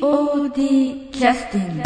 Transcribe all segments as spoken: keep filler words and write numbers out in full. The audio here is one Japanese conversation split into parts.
オーディー キャスティング、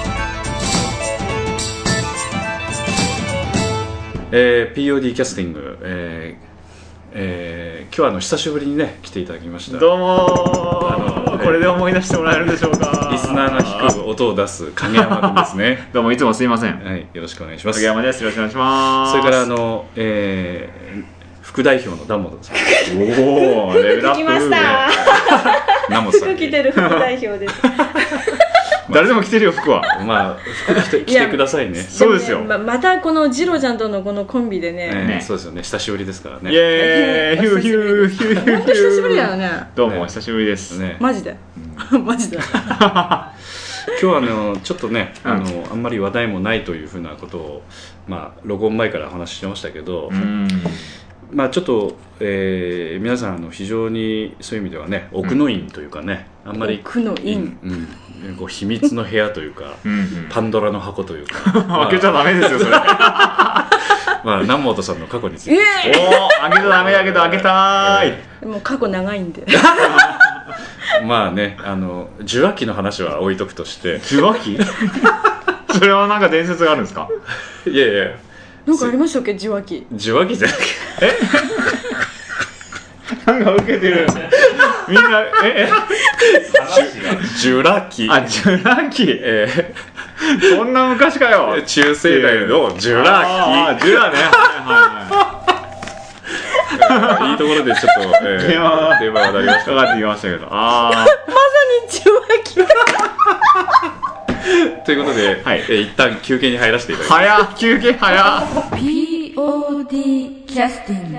えー、ピーオーディー キャスティング、えーえー、今日はあの久しぶりにね来ていただきました。 どうもー、あのこれで思い出してもらえるでしょうか。 リスナーが弾く音を出す影山君ですね。 どうもいつもすいません、 はい、よろしくお願いします。 影山です。よろしくお願いします。 それからあの、えー、副代表のダンモトさん。 おー、レベルアップ。 服着ましたナモさん服着てる副代表です。 誰でも着てるよ服は。 まあ服着て、着てくださいね。 そうですよ。 ま, またこのジロちゃんとのこのコンビでね、 ねねそうですよね、久しぶりですからね。 イエーイ、ヒューヒューヒューヒュー。 本当久しぶりだよね。 どうも久しぶりです。 ね、 マジで、うん、マジで。 今日はあのちょっとね、 うん、 あのあんまり話題もないというふうなことを、まあ、録音前からお話ししてましたけど、 うん、 まあ、ちょっと、えー、皆さんあの非常にそういう意味ではね奥の院というかね、うん、あんまり奥の院、 うんうん、こう秘密の部屋というかうん、うん、 パンドラの箱というか開けちゃダメですよそれ。 まあ南本さんの過去について、 えー、 おー、開けちゃダメだけど開けたーい。 でも過去長いんで。 まあね、あの受話器の話は置いとくとして。 受話器それはなんか伝説があるんですか。 いやいや、 なんかありましたっけ、受話器。 受話器じゃなくてえなんか受けてるみんな。ええ受話器、 あ、受話器、えー、そんな昔かよ。 中世代の受話器。 ああ、受話ね。はいはい、 いいところでちょっと、えー、電話電話が鳴りました。 かかってきましたけど、あまさに受話器ということで、はい、えー、一旦休憩に入らせていただきます。 早っ、休憩早っ。 ピーオーディー キャスティング。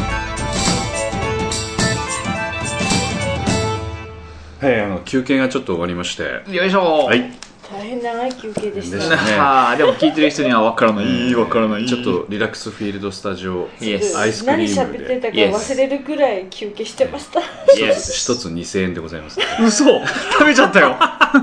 はい、あの休憩がちょっと終わりまして、 よいしょ。 はい、 大変長い休憩でした。 でしたね。 あ、でも聞いてる人には分からない、分からない。 ちょっとリラックスフィールドスタジオ、 yes、 アイスクリームで何喋ってたか忘れるくらい休憩してました。 一つ一つにせんえんでございます。 嘘、食べちゃったよ。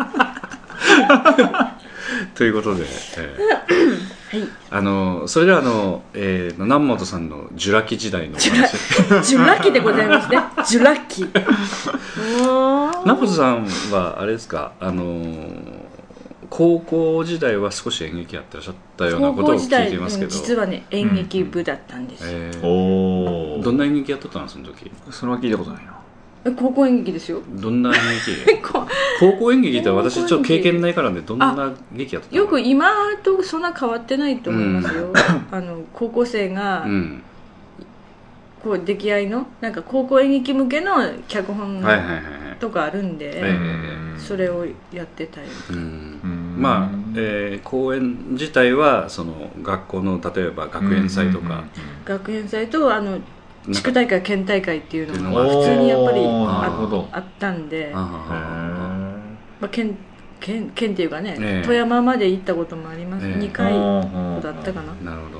ということで、えーはい、あのそれではあの、えー、南本さんのジュラ紀時代のお話。 ジュラ紀でございますね。ジュラ紀。 南本さんはあれですか、あの高校時代は少し演劇やってらっしゃったようなことを聞いていますけど、 実はね演劇部だったんです、うん、 えー、 おどんな演劇やっとったのその時。 それは聞いたことないな。 高校演劇ですよ。 どんな演劇高校演劇って私ちょっと経験ないからね、どんな劇やっとったの。 よく今とそんな変わってないと思いますよ、うん、あの高校生が、うん、こう出来合いのなんか高校演劇向けの脚本とかあるんで、それをやってたよ、うんうん、まあ、えー、公演自体はその学校の例えば学園祭とか、うんうんうん、 学園祭とあの地区大会県大会っていうのが普通にやっぱり あ, あったんで、あ、まあ、県, 県, 県っていうかね、えー、富山まで行ったこともあります、えー、にかいだったかな。 なるほど、うん、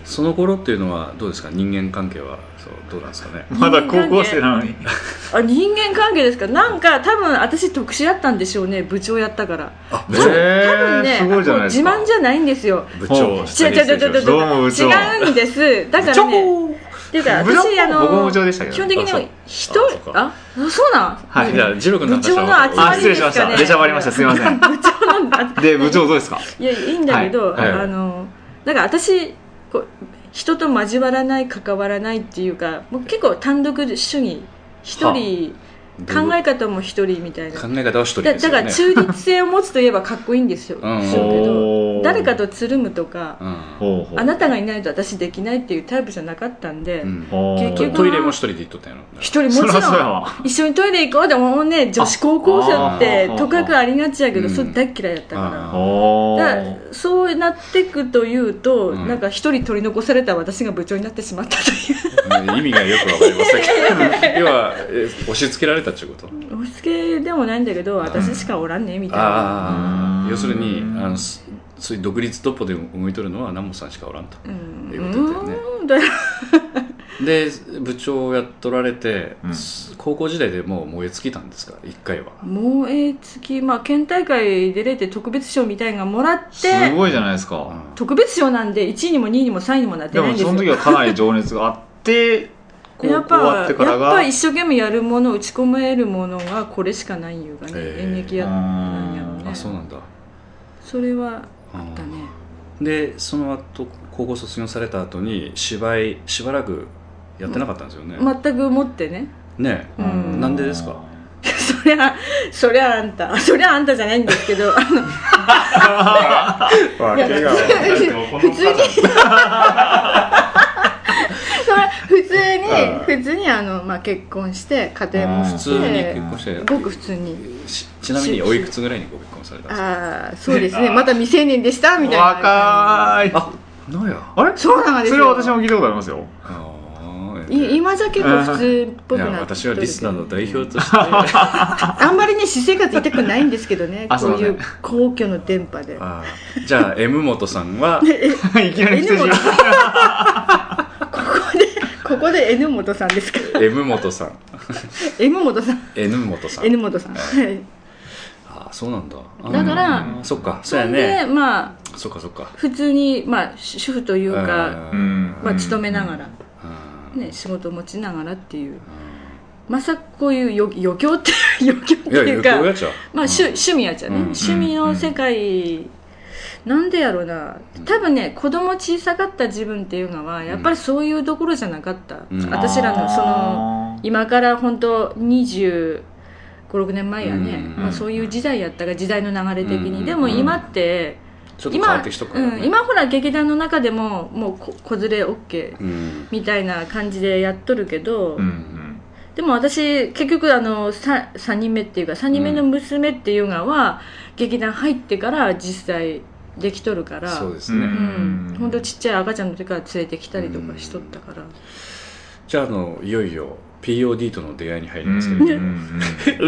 その頃っていうのはどうですか、人間関係はそうどうなんですかね。 まだ高校生なのにあ、人間関係ですか。なんか多分私特殊やったんでしょうね、部長やったから。 あ、 部長、えー、多分ね、 すごいじゃないですか。 自慢じゃないんですよ、 部長。違う違う違う違う違う違うんです。だからねっていうか私あの僕も部長でしたけど、 基本的に一人、あ、そうなん。 はい、 じゃあジロ君の話は部長の集まりですかね。 失礼しました。出しゃばりました。すみません。 部長ので部長どうですか。 いや、いいんだけど、 はいはい、 あのなんか私こう人と交わらない関わらないっていうか、もう結構単独主義、一人考え方も一人みたいな。 考え方は一人ですよね。 だ, だから中立性を持つといえばかっこいいんですよ。うん、そうけど誰かとつるむとか、うん、あなたがいないと私できないっていうタイプじゃなかったんで、うん、 結局トイレも一人で行っとったんやろ。 一人もちろん一緒にトイレ行こうでもね、女子高校生ってとかくありがちやけど、それ大っ嫌いだったから、うん、だからそうなっていくというと、うん、なんか一人取り残された私が部長になってしまったという、 意味がよくわかりませんけど要は押し付けられたっていうこと。 押し付けでもないんだけど、私しかおらんねみたいな。 あ、要するにあのそういう独立トップで動いとるのは南本さんしかおらんということだよね。で部長をやっとられて、うん、高校時代でもう燃え尽きたんですか、いっかいは。 燃え尽き、まあ、県大会出れて特別賞みたいなのがもらって、 すごいじゃないですか、うん、 特別賞なんでいちいにもにいにもさんいにもなってないんですよ。 でもその時はかなり情熱があって校終わってからがやっぱ一生懸命やるもの打ち込めるものがこれしかないいうかね、演劇やなんやろね。 あ、そうなんだ。 それはあったね。 でその後高校卒業された後に芝居しばらくやってなかったんですよね。 全く持ってね。 ねえ、うん、なんでですか。 そりゃそりゃあんたそりゃあんたじゃないんですけど、あの普通に普通に普通にあの、まあ、結婚して家庭もして、 普通に結婚してごく普通に。 ち, ちなみにおいくつぐらいにご結婚されたんですか。 ああ、そうですね、また未成年でしたみたいな。 若い。 あ、なんや、 あれそうなんですよ。 それは私も聞いたことありますよ。 今じゃ結構普通っぽくなってる。 私はリスナーの代表としてあんまりね私生活痛くないんですけどね、こういう公共の電波で。 あ、じゃあ M 本さんはいきなり失礼しました。 ここでここで N 本さんですか。 M 本さん M 本さん N 本さん N 本さん、はい、 あ、そうなんだ。 だからそっか、そうやね。 でまあそっかそっか、 普通にまあ主婦というか、まあ勤めながらね、仕事を持ちながらっていう、まさこういう余余興って余興っていうか、まあ趣趣味やっちゃうね、趣味の世界なんでやろうな。多分ね、子供小さかった自分っていうのはやっぱりそういうところじゃなかった、うん、私らのその今から本当にじゅうご、ろくねんまえやね、うん、まあ、そういう時代やったが時代の流れ的に、うん、でも今ってちょっと変わってきたからね、 今、うん、今ほら劇団の中でももうこ子連れ OK みたいな感じでやっとるけど、うんうん、でも私結局あの 3, さんにんめっていうかさんにんめの娘っていうのは、うん、劇団入ってから実際できとるから、 そうですね、うん、 ほんとちっちゃい赤ちゃんの時から連れてきたりとかしとったから、うん、 じゃあ、あのいよいよ ピーオーディー との出会いに入りますけど、うん、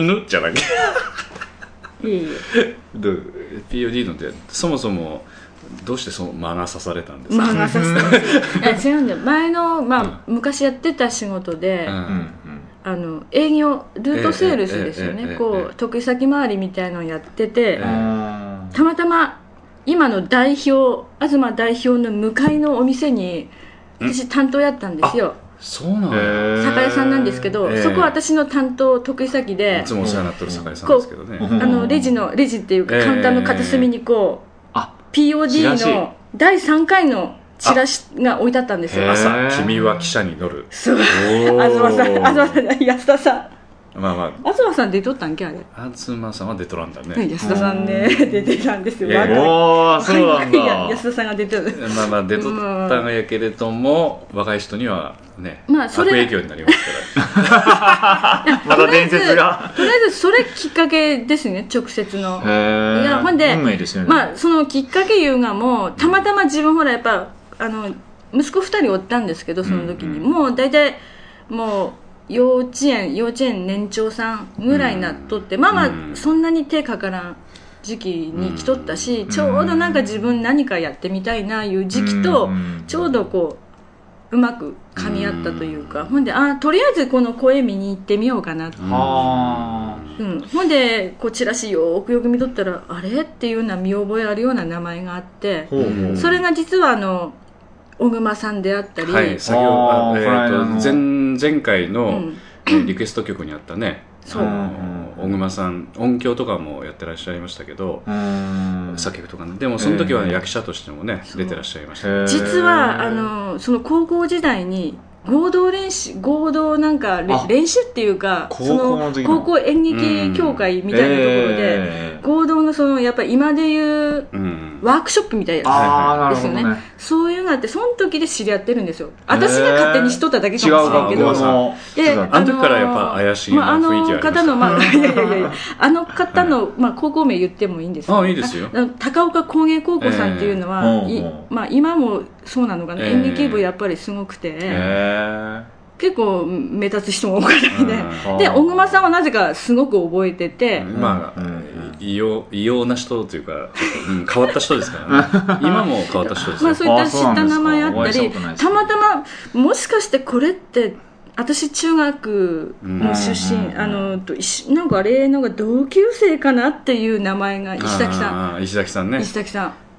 ぬじゃなきゃいいど ピーオーディー の出会い、そもそもどうしてその間が刺されたんですか。 間が刺された違うんだよ、前の、まあうん、昔やってた仕事で、うん、あの営業ルートセールスですよね、こう得意先回りみたいなのをやってて、たまたま今の代表東代表の向かいのお店に私担当やったんですよ。 そうなんだ。 酒屋さんなんですけど、えー、そこは私の担当得意先で、 いつもお世話になってる酒屋さんですけどね、 あのレジのレジっていうか、えー、カウンターの片隅にこう、えー、ピーオーディー のだいさんかいのチラシが置いてあったんですよ。 朝君は汽車に乗る。 そう、東さん、東さん、安田さん、 まあまあ、 東さん出とったんけあれ。 東さんは出とらんだね。 安田さんね、出てたんですよ。 おー、そうなんだ。 安田さんが出てる。 まあまあ出とったんやけれども、若い人にはね、まあ、悪影響になりますから。 また伝説が。 とりあえずそれきっかけですね、直接の。 へー。いや、 ほんで、 運命ですよね。 まあそのきっかけいうがもうたまたま自分ほらやっぱあの息子ふたりおったんですけど、その時に、うんうん、もう大体もう。幼稚園幼稚園年長さんぐらいになっとって、うん、まあまあそんなに手かからん時期に来とったし、うん、ちょうどなんか自分何かやってみたいないう時期とちょうどこううまく噛み合ったというか、うん、ほんであとりあえずこの公演見に行ってみようかなと、うんうん、ほんでこうチラシよくよく見とったらあれっていうような見覚えあるような名前があって、うん、それが実はあの小熊さんであったり、 はい、先ほど、えー、と 前, 前回の、うん、リクエスト曲にあったね、あの小熊さん音響とかもやってらっしゃいましたけど、作曲とかね、でもその時は、ね、役者としてもね出てらっしゃいました。 実はあのその高校時代に合同練習合同なんか練習っていうか、その高校演劇協会みたいなところで、えー、合同のそのやっぱり今でいうワークショップみたいなやつですよね、ね、そういうのがあって、その時で知り合ってるんですよ。私が勝手にしとっただけかもしれんけど、 であの時からやっぱ怪しいな雰囲気ありました。 あの方の、まあ、いやいやいやあの方の、まあ、高校名言ってもいいんですか。 あ、いいですよ。 高岡工芸高校さんっていうのは、えーまあ、今もそうなのかな、演劇部やっぱりすごくて、えー結構目立つ人も多かったで、うん、で小熊さんはなぜかすごく覚えてて、 うん、まあ、うん、異様、異様な人というか、うん、変わった人ですからね今も変わった人ですよ。 まあ、そういった知った名前あったり、たまたまもしかしてこれって私中学の出身、うん、あのとなんかあれのが同級生かなっていう名前が石崎さん。 石崎さんね。 石崎さん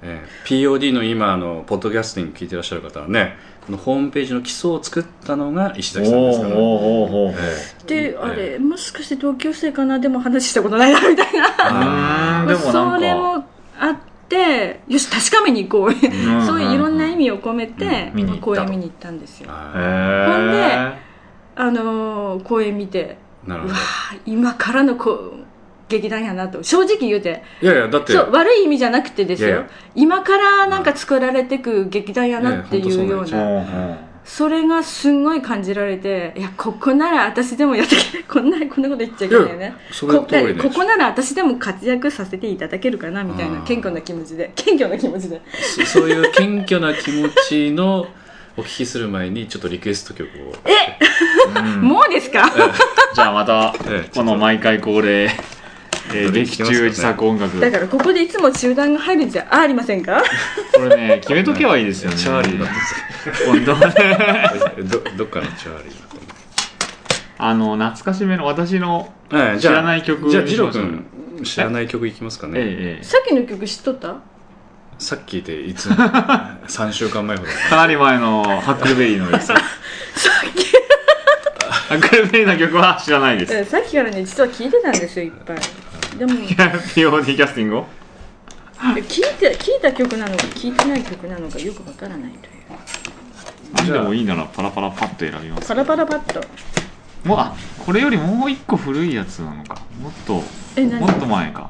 えー、ピーオーディー の今あのポッドキャスティング聞いてらっしゃる方はね、このホームページの基礎を作ったのが石崎さんですから、ね、 えー、で、あれもしかして同級生かな、でも話したことないなみたいなでもなんかそれもあってよし確かめに行こうそういういろんな意味を込めて、うん、公演見に行ったんですよ。ほんで、あのー、公演見てうわ今からのこう劇団やなと正直言うて、 いやいやだってそう悪い意味じゃなくてですよ、いやいや今からなんか作られてく劇団やなっていうような、それがすんごい感じられて、いやここなら私でもやってけこんなこんなこと言っちゃいけないよね、 それ通りね、 ここなら私でも活躍させていただけるかなみたいな謙虚な気持ちで謙虚な気持ちでそ, そういう謙虚な気持ちのお聞きする前にちょっとリクエスト曲をえ、うん、もうですかじゃあまたこの毎回恒例えー、劇中自作音楽、 だからここでいつも中断が入るんじゃありませんかこれね決めとけばいいですよねチャーリーだ本当はねど, どっかのチャーリーだあの懐かしめの私の知らない曲、 じゃあジロ君知らない曲いきますかね、 ええ、さっきの曲知っとった？ さっきでいつもさんしゅうかんまえほどかなり前のハックルベリーのですさっきハックルベリーの曲は知らないです。 さっきからね実は聞いてたんですよいっぱい。でも ピーオーディー キャスティングを聞いて聞いた曲なのか聞いてない曲なのかよくわからないという。 何でもいいならパラパラパッと選びます。 パラパラパッと。 もうあこれよりもう一個古いやつなのか。もっともっと前か。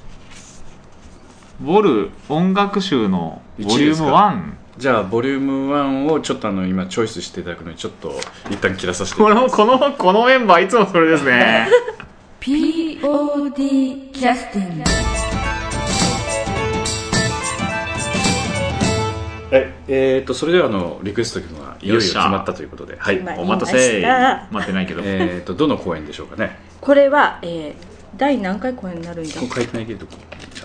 ボル音楽集のボリュームワン。 じゃあボリュームワンをちょっとあの今チョイスしていただくのにちょっと一旦切らさせていただきます。 このこのこのメンバーいつもそれですね。 ピーオーディー キャスティング。 ええー、とそれではあのリクエスト曲がいよいよ決まったということで、はい、 お待たせ。待ってないけど、 えー、とどの公演でしょうかね。 これは、えー、第何回公演になるんだ。 ここ書いてないけどちゃん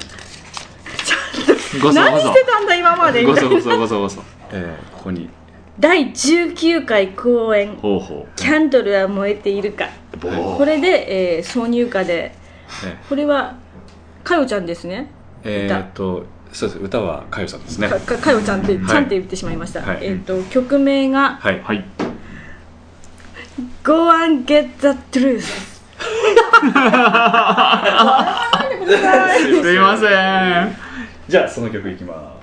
と何してたんだ今まで。 ごそごそごそごそ、 えー、ここにだいじゅうきゅうかい公演ほうほうキャンドルは燃えているか、これで、えー、挿入歌で、ね、これはかよちゃんですね。 えー、っとそうです、歌はかよさんですね。 か, か, かよちゃんって、はい、ちゃんって言ってしまいました、はい、えー、っと曲名が、 はいはい、 Go and get the truth すいません。 じゃあその曲いきます。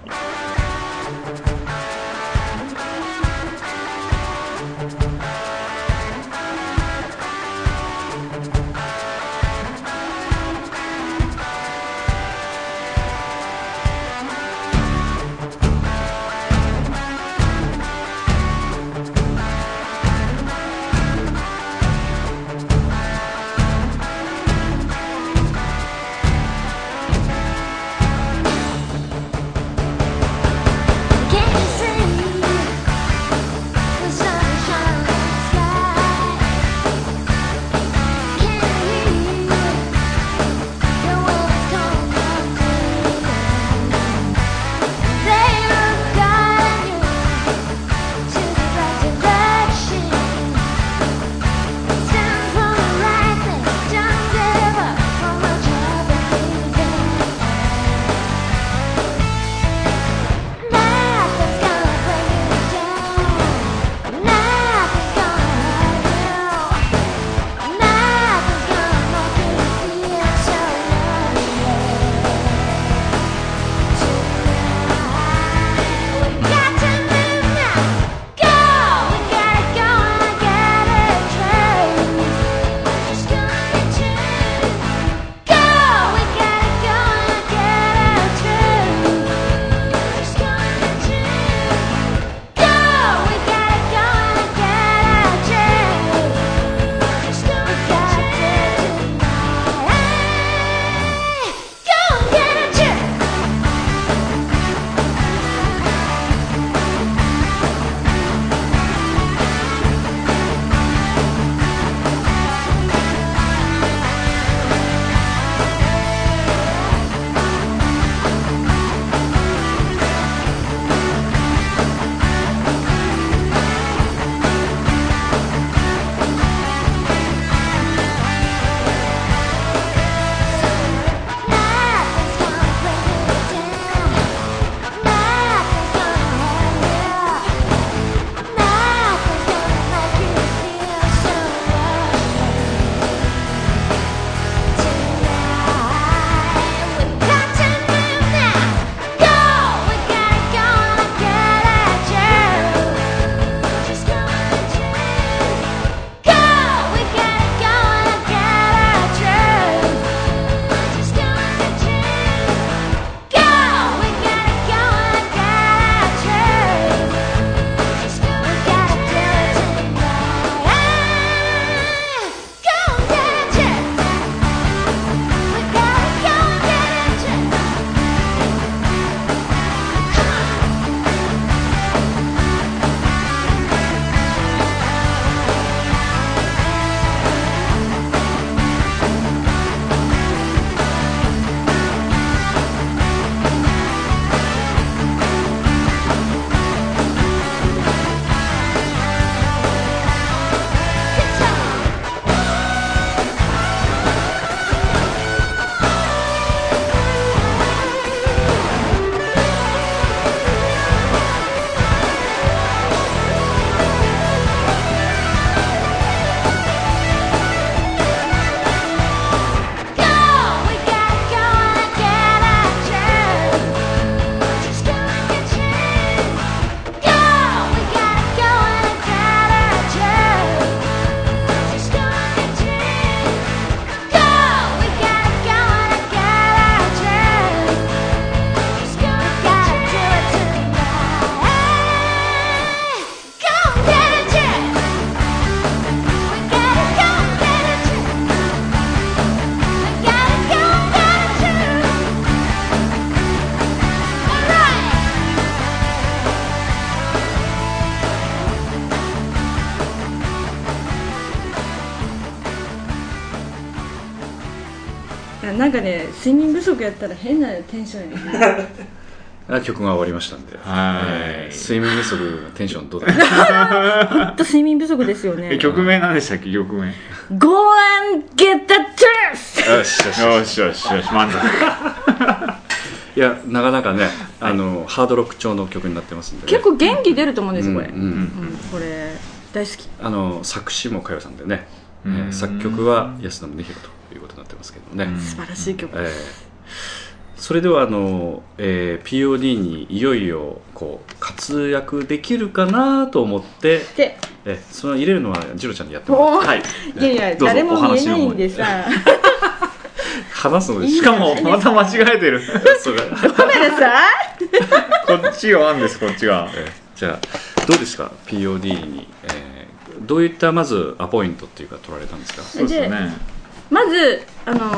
なんかね睡眠不足やったら変なテンションやね曲が終わりましたんで、 はい、 えー、睡眠不足テンションどうだったほんと睡眠不足ですよね。 曲名何でしたっけ？曲名 Go and get the truth よしよしよしよしよし満足いやなかなかねあの、はい、ハードロック調の曲になってますんで、ね、 結構元気出ると思うんですよこれ、うんうんうん、これ大好き。 あの作詞も佳代さんでね、えー、作曲は安田宗弘ということになってますけどね、 素晴らしい曲、 えー、それではあの、えー、ピーオーディー にいよいよこう活躍できるかなと思ってでえその入れるのはジロちゃんにやってもらって、はい、 いやいや誰も見えないんでさ話すのでしかもまた間違えてるごめんなさいこっちがワンです。こっちが、 えじゃあどうですか ピーオーディー に、えー、どういったまずアポイントっていうか取られたんですか？ そうですね。 まずあの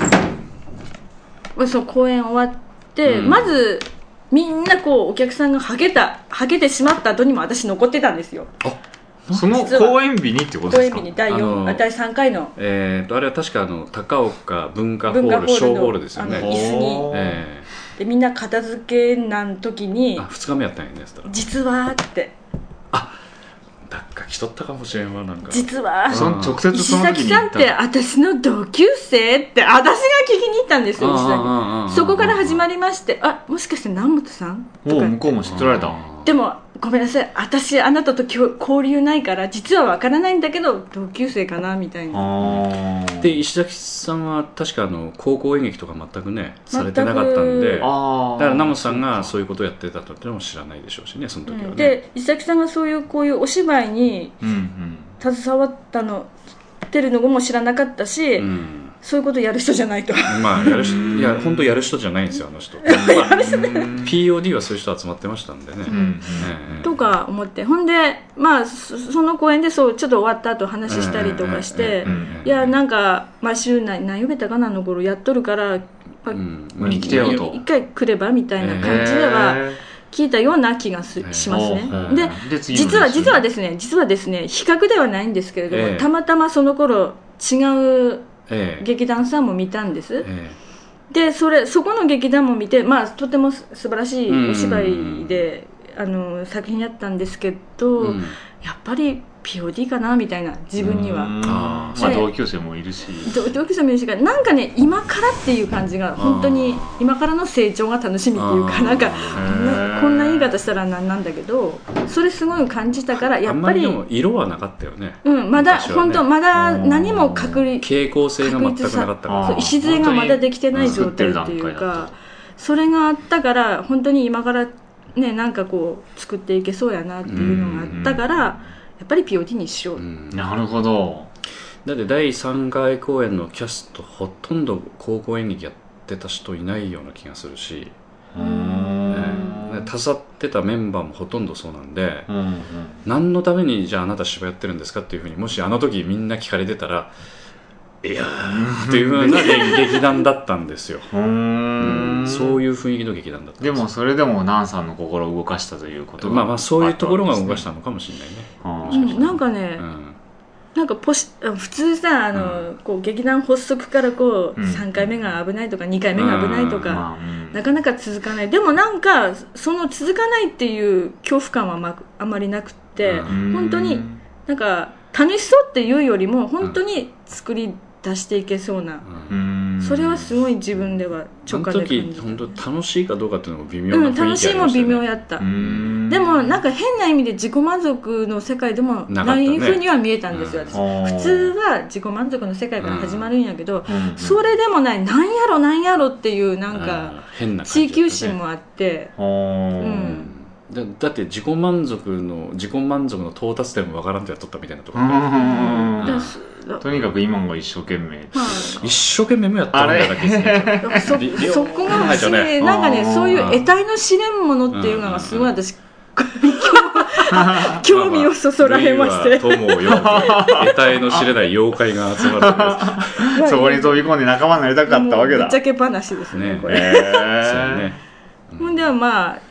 ー、その公演終わって、うん、まずみんなこうお客さんがはけたはけてしまった後にも私残ってたんですよ。 あその公演日にってことですか？ 公演日にだいよん、だいさんかいの、 えー、とあれは確かあの高岡文化ホール小ホールですよね。 あの椅子に、えー、でみんな片付けなん時にあふつかめやったんやね実はってあだっか来とったかもしれんわなんか実はその直接その時に石崎さんって私の同級生って私が聞きに行ったんですよ。石崎そこから始まりましてあもしかして南本さんとか向こうも知ってられた。 でもごめんなさい私あなたと交流ないから実はわからないんだけど同級生かなみたいな。 で石崎さんは確かあの高校演劇とか全くねされてなかったんでだから南本さんがそういうことをやってたとってのも知らないでしょうしねその時はね、うん、 で石崎さんがそういうこういうお芝居に携わったのってるのも知らなかったし、うん、そういうことやる人じゃないとまあやる人いや本当やる人じゃないんですよあの人、まあ、ピーオーディー はそういう人集まってましたんでね、うんえー、とか思ってほんでまあその公演でそうちょっと終わった後話したりとかして、えーえー、いやなんか毎週何何曜日だかなの頃やっとるから、 まあ、見に来てよと一回来ればみたいな感じでは、えー聞いたような気が す,、えー、しますね。で, で実は実はですね実はですね比較ではないんですけれども、えー、たまたまその頃違う劇団さんも見たんです、えー、でそれそこの劇団も見て、まあ、とても素晴らしいお芝居であの作品やったんですけど、うん、やっぱり ピーオーディー かなみたいな自分にはあ、まあ、同級生もいるし同級生もいるしなんかね今からっていう感じが本当に今からの成長が楽しみっていうかなんかこんな言い方したらなんなんだけどそれすごい感じたからやっぱりあんまりでも色はなかったよね、 うん、まだ、ね、本当まだ何も確立傾向性が全くなかったから礎がまだできてない状態っていうかそれがあったから本当に今からねなんかこう作っていけそうやなっていうのがあったからやっぱり ピーオーディー にしよう、うん、 なるほど。 だってだいさんかい公演のキャストほとんど高校演劇やってた人いないような気がするしうーん、ね、たさってたメンバーもほとんどそうなんで、うんうん、何のためにじゃああなた芝居やってるんですかっていうふうにもしあの時みんな聞かれてたらいやーっていう風な劇団だったんですようーんそういう雰囲気の劇団だったんです。 でもそれでも南さんの心を動かしたということがまあまあそういうところが動かしたのかもしれないね、 うん、なんかね、うん、なんかポシ普通さあの、うん、こう劇団発足からこう、うん、さんかいめが危ないとかにかいめが危ないとか、うんまあうん、なかなか続かない。でもなんかその続かないっていう恐怖感は、ま、あまりなくって、うん、本当になんか楽しそうっていうよりも本当に作り出していけそうな、うん、それはすごい自分では直感で感じた。 あの時本当楽しいかどうかっていうのも微妙な雰囲気ありましたよね、 うん、楽しいも微妙やった。うんでもなんか変な意味で自己満足の世界でもないふうには見えたんですよ、ね、私普通は自己満足の世界から始まるんやけど、うん、それでもないなんやろなんやろっていうなんか地域心もあって、うんだ, だって自己満足の自己満足の到達点もわからんとやっとったみたいなところ、 うん、とにかく今も一生懸命、 まあ、一生懸命もやったんだけですねそ, そこが不思議でなんかねそういう得体の知れんものっていうのがすごい私興味をそそられまして友を呼んで得体の知れない妖怪が集まるそこに飛び込んで仲間になりたかったわけだ。 ぶっちゃけ話ですね、ねこれ、 えー、 ほんではまあ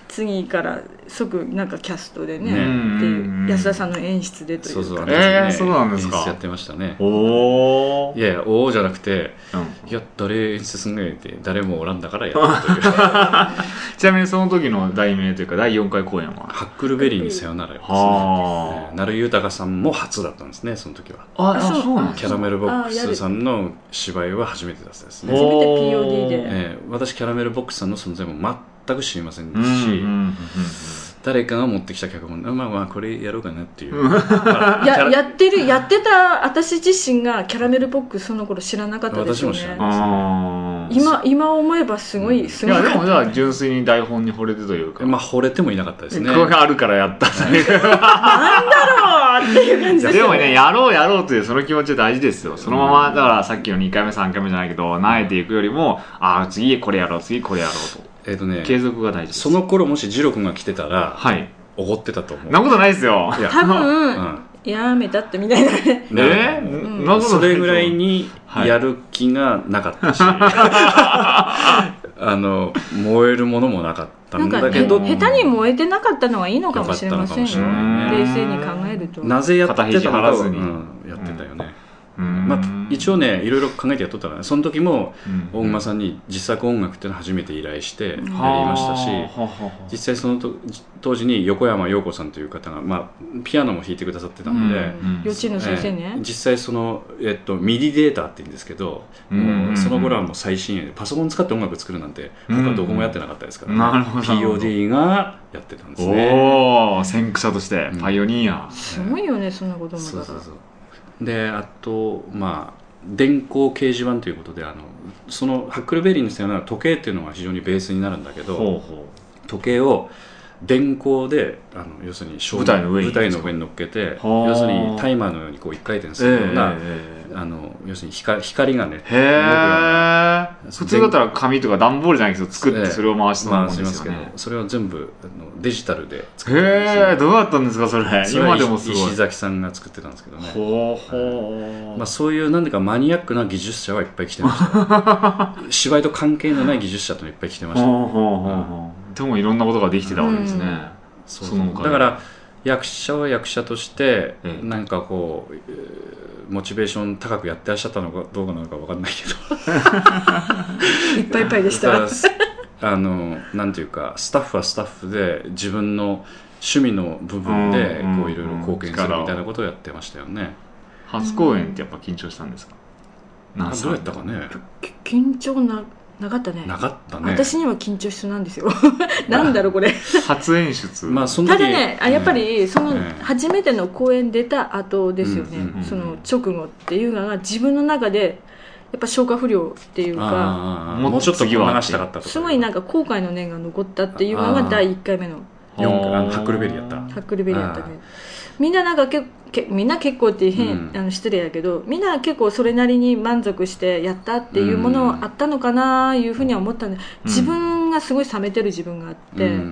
次から即なんかキャストでね、ねっていう安田さんの演出でというか、 そうそう、えー、そうなんですか。 演出やってましたね。 おー、 いやいやおーじゃなくて、うん、いや誰演出すんがいって誰もおらんだからやったというちなみにその時の題名というかだいよんかい公演はハックルベリーにさよならですね。成井豊さんも初だったんですね、その時は。 ああ、そうなんですか。 キャラメルボックスさんの芝居は初めてだったですね。 初めて ピーオーディー で、 えー、私キャラメルボックスさんの存在も全く知りませんし、うんうんうんうん、誰かが持ってきた脚本、まあまあこれやろうかなっていう、まあ、 や, やってるやってた私自身がキャラメルボックスその頃知らなかったですよね。 私も知らないですね。今, 今思えばすごいすごい、 いやでもじゃあ純粋に台本に惚れてというか、 まあ惚れてもいなかったですね。 これがあるからやったというなんだろうっていう感じですよね。 でもね、やろうやろうというその気持ちは大事ですよ。そのままだからさっきのにかいめさんかいめじゃないけど慣れていくよりも、ああ次これやろう次これやろうと、 えーとね、 継続が大事です。 その頃もしジロ君が来てたら、 はい、 おごってたと思う。 なことないですよ。 いや多分、うん、やめたってみたいなね。 えーうん、それぐらいにやる気がなかったし、はい、あの燃えるものもなかったんだけど、 ね、下手に燃えてなかったのはいいのかもしれませんよね。冷静に考えるとなぜやってたのか、 肩肘張らずに、 うん、やってたよね。まあ、一応ねいろいろ考えてやっとったから、ね、その時も大熊さんに実作音楽っていうのを初めて依頼してやりましたし、実際そのと当時に横山陽子さんという方が、まあ、ピアノも弾いてくださってたので、 幼稚園の先生ね、 えー、実際その、えっと、ミディデータって言うんですけど、もうその頃はもう最新鋭でパソコン使って音楽作るなんて他どこもやってなかったですから、ね、 なるほどピーオーディー がやってたんですね。 おー、先駆者としてパイオニア、 うん、すごいよねそんなことも。だからそうそうそう。であとまあ電光掲示板ということで、あのそのハックルベリーにしたような時計っていうのが非常にベースになるんだけど、ほうほう、時計を電光であの要するに舞台の上に舞台の上に乗っけて、要するにタイマーのようにこう一回転するような、えー、あの要するに 光, 光がね、 へー、普通だったら紙とか段ボールじゃないけど作ってそれを回してもんですよね、えー、それを全部あのデジタルで作ってるんですよ。へー、どうだったんですかそれ。 それは今でもすごい石崎さんが作ってたんですけどね。 ほうほう、 まあ、そういうなんでかマニアックな技術者はいっぱい来てました芝居と関係のない技術者といっぱい来てました。 ほうほうほうほう、でもいろんなことができてたわけですね、うん、 そうそう、だから役者は役者としてなんかこう、うん、モチベーション高くやってらっしゃったのかどうかなのか分かんないけどいっぱいいっぱいでしたあのなんていうかスタッフはスタッフで自分の趣味の部分でこういろいろ貢献するみたいなことをやってましたよね。 初公演ってやっぱ緊張したんですか？ どうやったかね。 緊張ななかったね。 なかったね。 私には緊張しそうなんですよなんだろうこれ初演出、 まあ、そのただね、やっぱりその初めての公演出た後ですよね、うんうんうん、その直後っていうのが自分の中でやっぱ消化不良っていうか、 もうちょっと流したかったとか、 すごいなんか後悔の念が残ったっていうのがだいいっかいめのハックルベリーやった。 ハックルベリーやったね。みんななんかけけみんな結構って変、うん、あの失礼やけど、みんな結構それなりに満足してやったっていうものあったのかないうふうには思ったんで、自分がすごい冷めてる自分があって、うんうん、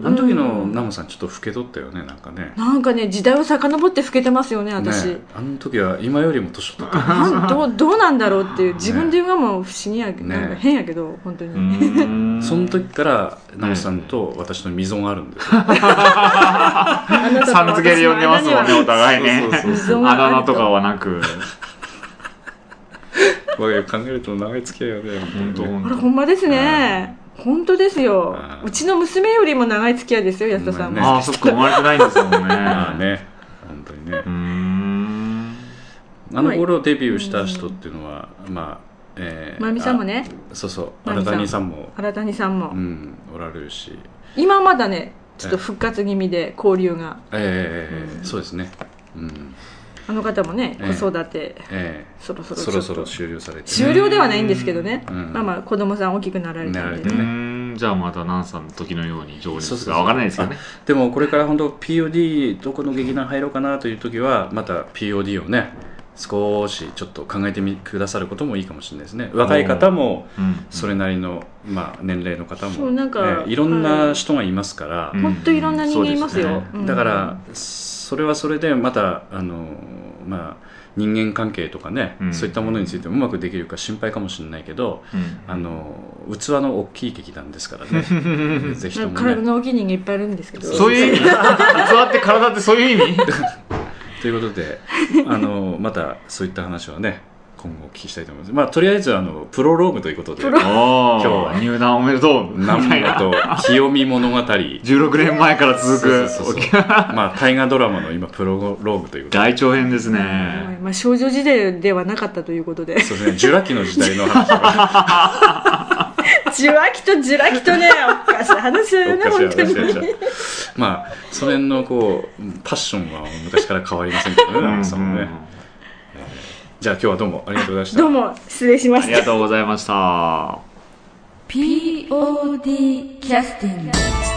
あの時のナモさんちょっと老けとったよね、なんかね。 なんかね時代を遡って老けてますよね私ね。 あの時は今よりも年取ったなんどうどうなんだろうっていう自分で言うのも不思議やけど、ね、なんか変やけど本当にその時からナモさんと私の溝があるんですよさん付けで呼んでますもんねお互いね。あだ名とかはなく考えると長い付き合いよね。本当本当ほんまですね。本当ですよ。うちの娘よりも長い付き合いですよ安田さんも、ね、 ああそっか生まれてないんですもんねまあね本当にね。うーんあの頃デビューした人っていうのはまあえー、 まみさんもね。 そうそう新谷さんも新谷さんも、 うん、おられるし今まだねちょっと復活気味で交流がええーうん、そうですね、うん、 あの方もね、えー、子育て、 えー、 そろそろそろそろ終了されて、ね、 終了ではないんですけどね、 うん、 まあまあ子供さん大きくなられたんでね、 うん、じゃあまたナンさんの時のように上手が分からないですけどね。 でもこれから本当 ピーオーディー どこの劇団入ろうかなという時はまた ピーオーディー をね少しちょっと考えてみくださることもいいかもしれないですね。若い方もそれなりの、まあ、年齢の方もそうなんか、えー、いろんな人がいますから、 本当、うん、いろんな人間いますよ、 ね、だからそれはそれでまたあの、まあ、 人間関係とかね、 うん、 そういったものについてもうまくできるか心配かもしれないけど、うん、あの器の大きい劇団ですからねぜひともね、 体の大きい人間いっぱいいるんですけど、 そういう意味器って体ってそういう意味ということであのまたそういった話はね今後お聞きしたいと思います。まあとりあえずあのプロローグということで今日は入団おめでとう南本清美物語じゅうろくねんまえから続くそうそうそうそうまあ大河ドラマの今プロローグということで大長編ですね、 まあ、少女時代ではなかったということでそうですね、ジュラ紀の時代の話がジュラ紀とジュラ紀とねおかしい話だよね本当にまあそれのこうパッションは昔から変わりませんけどね南本さんもね、じゃあ今日はどうもありがとうございました。 どうも失礼しました。 ありがとうございました。 ピーオーディー キャスティング